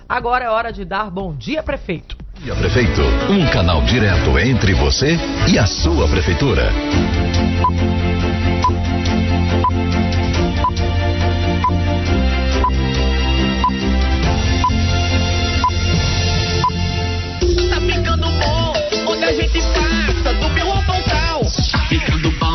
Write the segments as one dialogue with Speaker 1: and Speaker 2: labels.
Speaker 1: Agora é hora de dar bom dia, prefeito.
Speaker 2: Bom dia, prefeito. Um canal direto entre você e a sua prefeitura.
Speaker 3: Tá ficando bom, onde a gente passa, do meu ao Pontal. Tá ficando bom.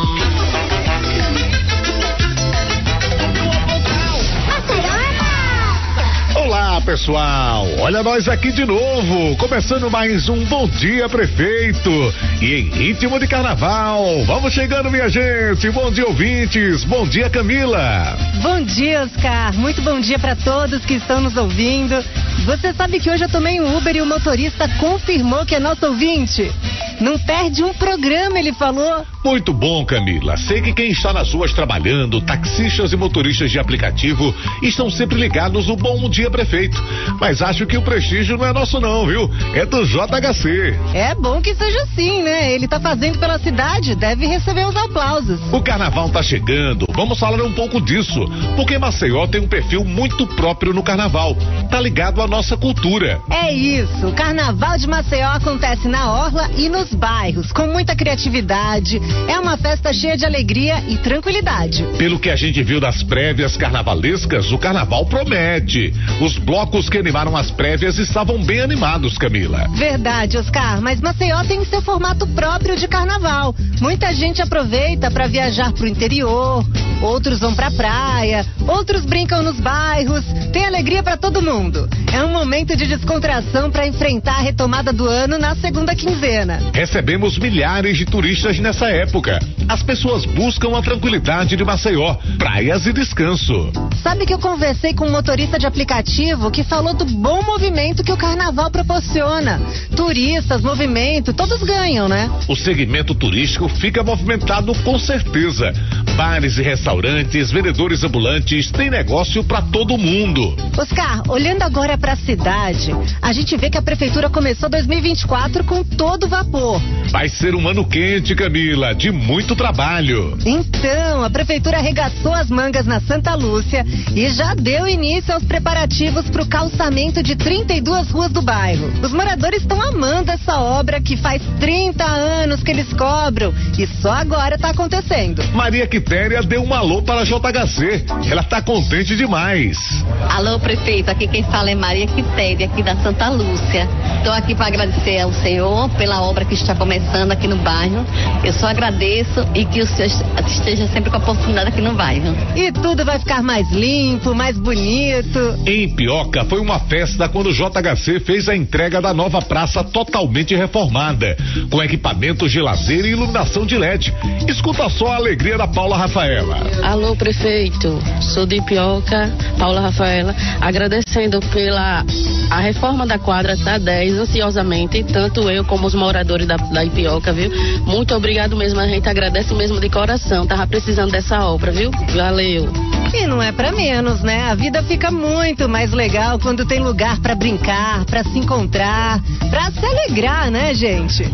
Speaker 4: Olá, pessoal, olha nós aqui de novo, começando mais um Bom Dia Prefeito, e em ritmo de carnaval. Vamos chegando, minha gente. Bom dia, ouvintes. Bom dia, Camila.
Speaker 5: Bom dia, Oscar. Muito bom dia para todos que estão nos ouvindo. Você sabe que hoje eu tomei um Uber e o motorista confirmou que é nosso ouvinte. Não perde um programa, ele falou.
Speaker 4: Muito bom, Camila. Sei que quem está nas ruas trabalhando, taxistas e motoristas de aplicativo, estão sempre ligados no Bom Dia Prefeito. Mas acho que o prestígio não é nosso não, viu? É do JHC.
Speaker 5: É bom que seja assim, né? Ele tá fazendo pela cidade, deve receber os aplausos.
Speaker 4: O carnaval tá chegando, vamos falar um pouco disso, porque Maceió tem um perfil muito próprio no carnaval. Tá ligado à nossa cultura.
Speaker 5: É isso, o carnaval de Maceió acontece na orla e nos bairros, com muita criatividade. É uma festa cheia de alegria e tranquilidade.
Speaker 4: Pelo que a gente viu das prévias carnavalescas, o carnaval promete. Os blocos que animaram as prévias estavam bem animados, Camila.
Speaker 5: Verdade, Oscar, mas Maceió tem seu formato próprio de carnaval. Muita gente aproveita para viajar pro interior, outros vão pra praia, outros brincam nos bairros. Tem alegria para todo mundo. É um momento de descontração para enfrentar a retomada do ano na segunda quinzena.
Speaker 4: Recebemos milhares de turistas nessa época. As pessoas buscam a tranquilidade de Maceió, praias e descanso.
Speaker 5: Sabe que eu conversei com um motorista de aplicativo que falou do bom movimento que o carnaval proporciona. Turistas, movimento, todos ganham, né?
Speaker 4: O segmento turístico fica movimentado com certeza. Bares e restaurantes, vendedores ambulantes, tem negócio para todo mundo.
Speaker 5: Oscar, olhando agora para a cidade, a gente vê que a prefeitura começou 2024 com todo vapor.
Speaker 4: Vai ser um ano quente, Camila, de muito trabalho.
Speaker 5: Então, a prefeitura arregaçou as mangas na Santa Lúcia e já deu início aos preparativos para o calçamento de 32 ruas do bairro. Os moradores estão amando essa obra que faz 30 anos que eles cobram e só agora está acontecendo.
Speaker 4: Maria Quitéria deu um alô para a JHC. Ela está contente demais.
Speaker 6: Alô, prefeito, aqui quem fala é Maria Quitéria, aqui da Santa Lúcia. Estou aqui para agradecer ao senhor pela obra que está começando aqui no bairro. Eu só agradeço e que o senhor esteja sempre com a oportunidade aqui no bairro.
Speaker 5: E tudo vai ficar mais limpo, mais bonito.
Speaker 4: Em Ipioca foi uma festa quando o JHC fez a entrega da nova praça totalmente reformada, com equipamentos de lazer e iluminação de LED. Escuta só a alegria da Paula Rafaela.
Speaker 7: Alô, prefeito, sou de Ipioca, Paula Rafaela, agradecendo pela a reforma da quadra da 10, ansiosamente, tanto eu como os moradores da Ipioca, viu? Muito obrigado mesmo, a gente agradece mesmo de coração, tava precisando dessa obra, viu? Valeu.
Speaker 5: E não é pra menos, né? A vida fica muito mais legal quando tem lugar pra brincar, pra se encontrar, pra se alegrar, né, gente?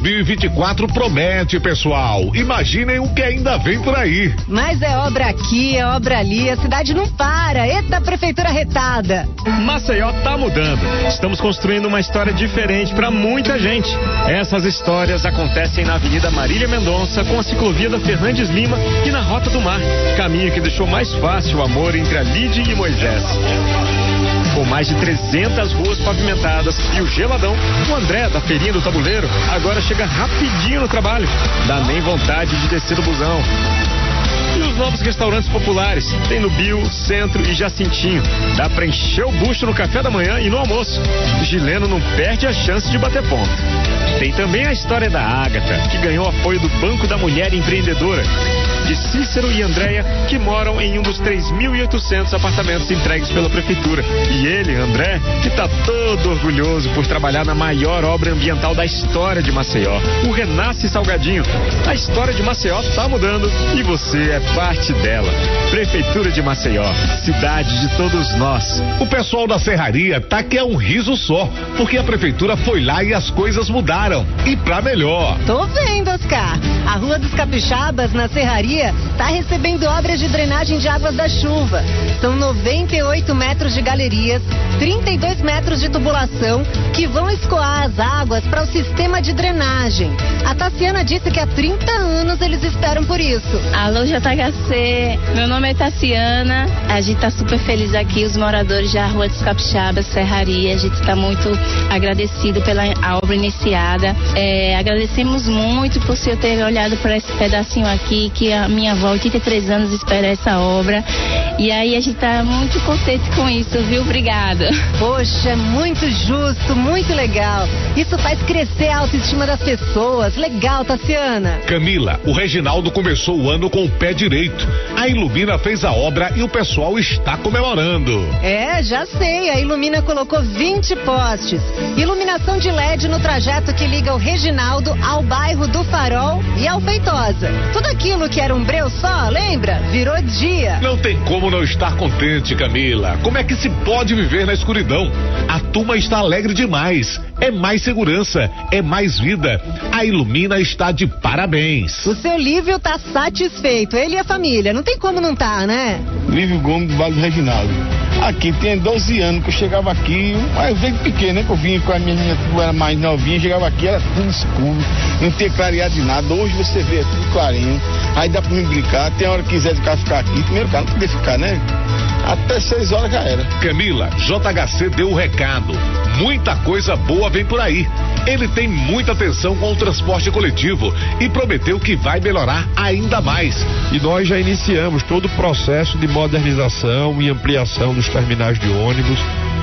Speaker 4: 2024 promete, pessoal. Imaginem o que ainda vem por aí.
Speaker 5: Mas é obra aqui, é obra ali, a cidade não para. Eita, prefeitura retada.
Speaker 8: Maceió tá mudando. Estamos construindo uma história diferente pra muita gente. Essas histórias acontecem na Avenida Marília Mendonça, com a ciclovia da Fernandes Lima e na Rota do Mar, caminho que deixou mais fácil o amor entre a Lide e Moisés. Com mais de 300 ruas pavimentadas e o geladão, o André, da feirinha do tabuleiro, agora chega rapidinho no trabalho. Dá nem vontade de descer do busão. E os novos restaurantes populares, tem no Bio, Centro e Jacintinho. Dá pra encher o bucho no café da manhã e no almoço. O Gileno não perde a chance de bater ponto. Tem também a história da Ágata, que ganhou apoio do Banco da Mulher Empreendedora, de Cícero e Andréia, que moram em um dos 3.800 apartamentos entregues pela prefeitura. E ele, André, que tá todo orgulhoso por trabalhar na maior obra ambiental da história de Maceió, o Renasce Salgadinho. A história de Maceió tá mudando e você é parte dela. Prefeitura de Maceió, cidade de todos nós.
Speaker 4: O pessoal da serraria tá que é um riso só, porque a prefeitura foi lá e as coisas mudaram. E pra melhor.
Speaker 5: Tô vendo, Oscar. A Rua dos Capixabas, na Serraria, está recebendo obras de drenagem de águas da chuva. São 98 metros de galerias, 32 metros de tubulação, que vão escoar as águas para o sistema de drenagem. A Tassiana disse que há 30 anos eles esperam por isso.
Speaker 9: Alô, JHC, meu nome é Tassiana, a gente está super feliz aqui, os moradores da Rua dos Capixabas, Serraria, a gente está muito agradecido pela obra iniciada. Agradecemos muito por o senhor ter olhado para esse pedacinho aqui, que a minha avó, 83 anos, espera essa obra. E aí a gente está muito contente com isso, viu? Obrigada.
Speaker 5: Poxa, é muito justo, muito legal. Isso faz crescer a autoestima das pessoas. Legal, Tassiana.
Speaker 4: Camila, o Reginaldo começou o ano com o pé direito. A Ilumina fez a obra e o pessoal está comemorando.
Speaker 5: Já sei. A Ilumina colocou 20 postes. Iluminação de LED no trajeto que liga o Reginaldo ao bairro do Farol e ao Feitosa. Tudo aquilo que era um breu só, lembra? Virou dia.
Speaker 4: Não tem como não estar contente, Camila. Como é que se pode viver na escuridão? A turma está alegre demais. É mais segurança, é mais vida. A Ilumina está de parabéns.
Speaker 5: O seu Lívio tá satisfeito, ele e a família. Não tem como não tá, né?
Speaker 10: Lívio Gomes do Vale do Reginaldo. Aqui tem 12 anos que eu chegava aqui, eu veio pequeno, né? Que eu vinha com a minha menina, que era mais novinha, chegava aqui, era tudo escuro, não tinha clareado de nada. Hoje você vê, é tudo clarinho, aí dá pra mim brincar. Tem hora que quiser o cara ficar aqui, primeiro o cara não podia ficar, né? Até 6 horas já era.
Speaker 4: Camila, JHC deu o recado. Muita coisa boa vem por aí. Ele tem muita atenção com o transporte coletivo e prometeu que vai melhorar ainda mais.
Speaker 11: E nós já iniciamos todo o processo de modernização e ampliação dos terminais de ônibus,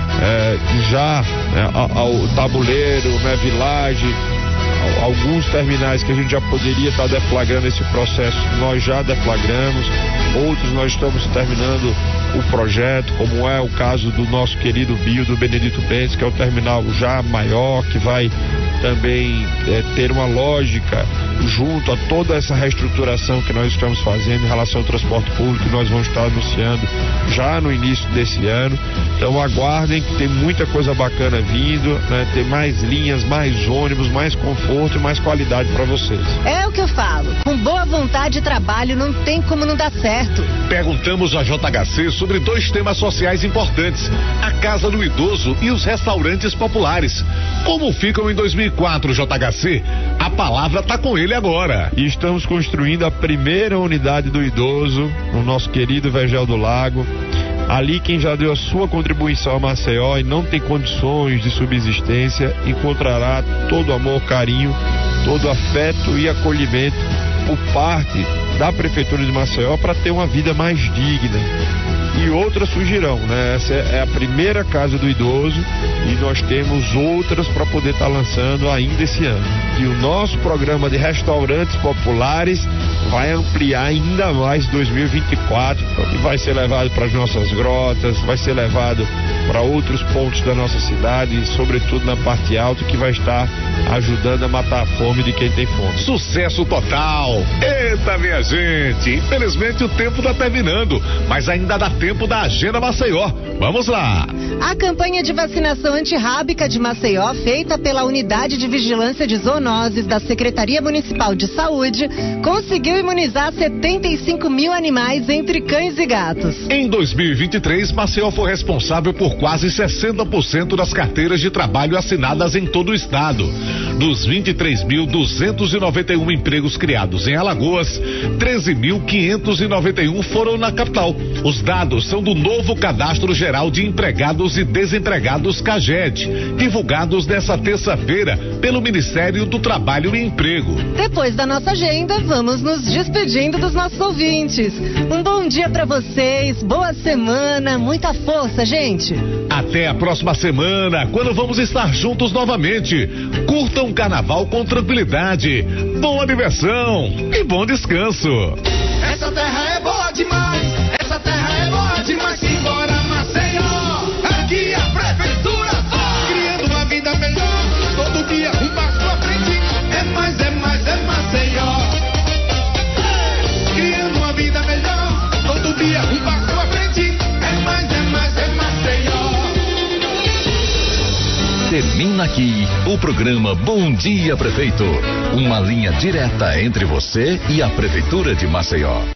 Speaker 11: ao Tabuleiro, né, Village, alguns terminais que a gente já poderia estar deflagrando esse processo, nós já deflagramos, outros nós estamos terminando o projeto, como é o caso do nosso querido Bio do Benedito Bentes, que é o terminal já maior, que vai também ter uma lógica junto a toda essa reestruturação que nós estamos fazendo em relação ao transporte público, que nós vamos estar anunciando já no início desse ano. Então aguardem que tem muita coisa bacana vindo, né? Tem mais linhas, mais ônibus, mais conforto e mais qualidade para vocês.
Speaker 5: É o que eu falo, com boa vontade e trabalho não tem como não dar certo.
Speaker 4: Perguntamos a JHC sobre 2 temas sociais importantes: a Casa do Idoso e os restaurantes populares. Como ficam em 2004, JHC? A palavra está com ele agora.
Speaker 11: E estamos construindo a primeira unidade do idoso no nosso querido Vergel do Lago. Ali quem já deu a sua contribuição a Maceió e não tem condições de subsistência encontrará todo amor, carinho, todo afeto e acolhimento por parte da Prefeitura de Maceió para ter uma vida mais digna. E outras surgirão, né? Essa é a primeira casa do idoso e nós temos outras para poder estar lançando ainda esse ano. E o nosso programa de restaurantes populares vai ampliar ainda mais 2024 e vai ser levado para as nossas grotas, vai ser levado para outros pontos da nossa cidade e sobretudo na parte alta, que vai estar ajudando a matar a fome de quem tem fome.
Speaker 4: Sucesso total! Eita, minha gente! Infelizmente o tempo está terminando, mas ainda dá tempo da Agenda Maceió. Vamos lá!
Speaker 5: A campanha de vacinação antirrábica de Maceió, feita pela Unidade de Vigilância de Zoonoses da Secretaria Municipal de Saúde, conseguiu imunizar 75 mil animais entre cães e gatos.
Speaker 4: Em 2023, Maceió foi responsável por quase 60% das carteiras de trabalho assinadas em todo o estado. Dos 23.291 empregos criados em Alagoas, 13.591 foram na capital. Os dados são do novo Cadastro Geral de Empregados e Desempregados CAGED, divulgados nesta terça-feira pelo Ministério do Trabalho e Emprego.
Speaker 5: Depois da nossa agenda, vamos nos despedindo dos nossos ouvintes. Um bom dia para vocês, boa semana, muita força, gente.
Speaker 4: Até a próxima semana, quando vamos estar juntos novamente. Curtam o carnaval com tranquilidade. Boa diversão e bom descanso.
Speaker 3: Essa terra é boa demais, essa terra é boa demais. Simbora, Maceió, aqui a prefeitura vai criando uma vida melhor, todo dia um passo à frente. É mais, é mais, é Maceió. Criando uma vida melhor, todo dia um passo à frente. É mais, é mais, é Maceió.
Speaker 2: Termina Termina aqui o programa Bom Dia Prefeito. Uma linha direta entre você e a Prefeitura de Maceió.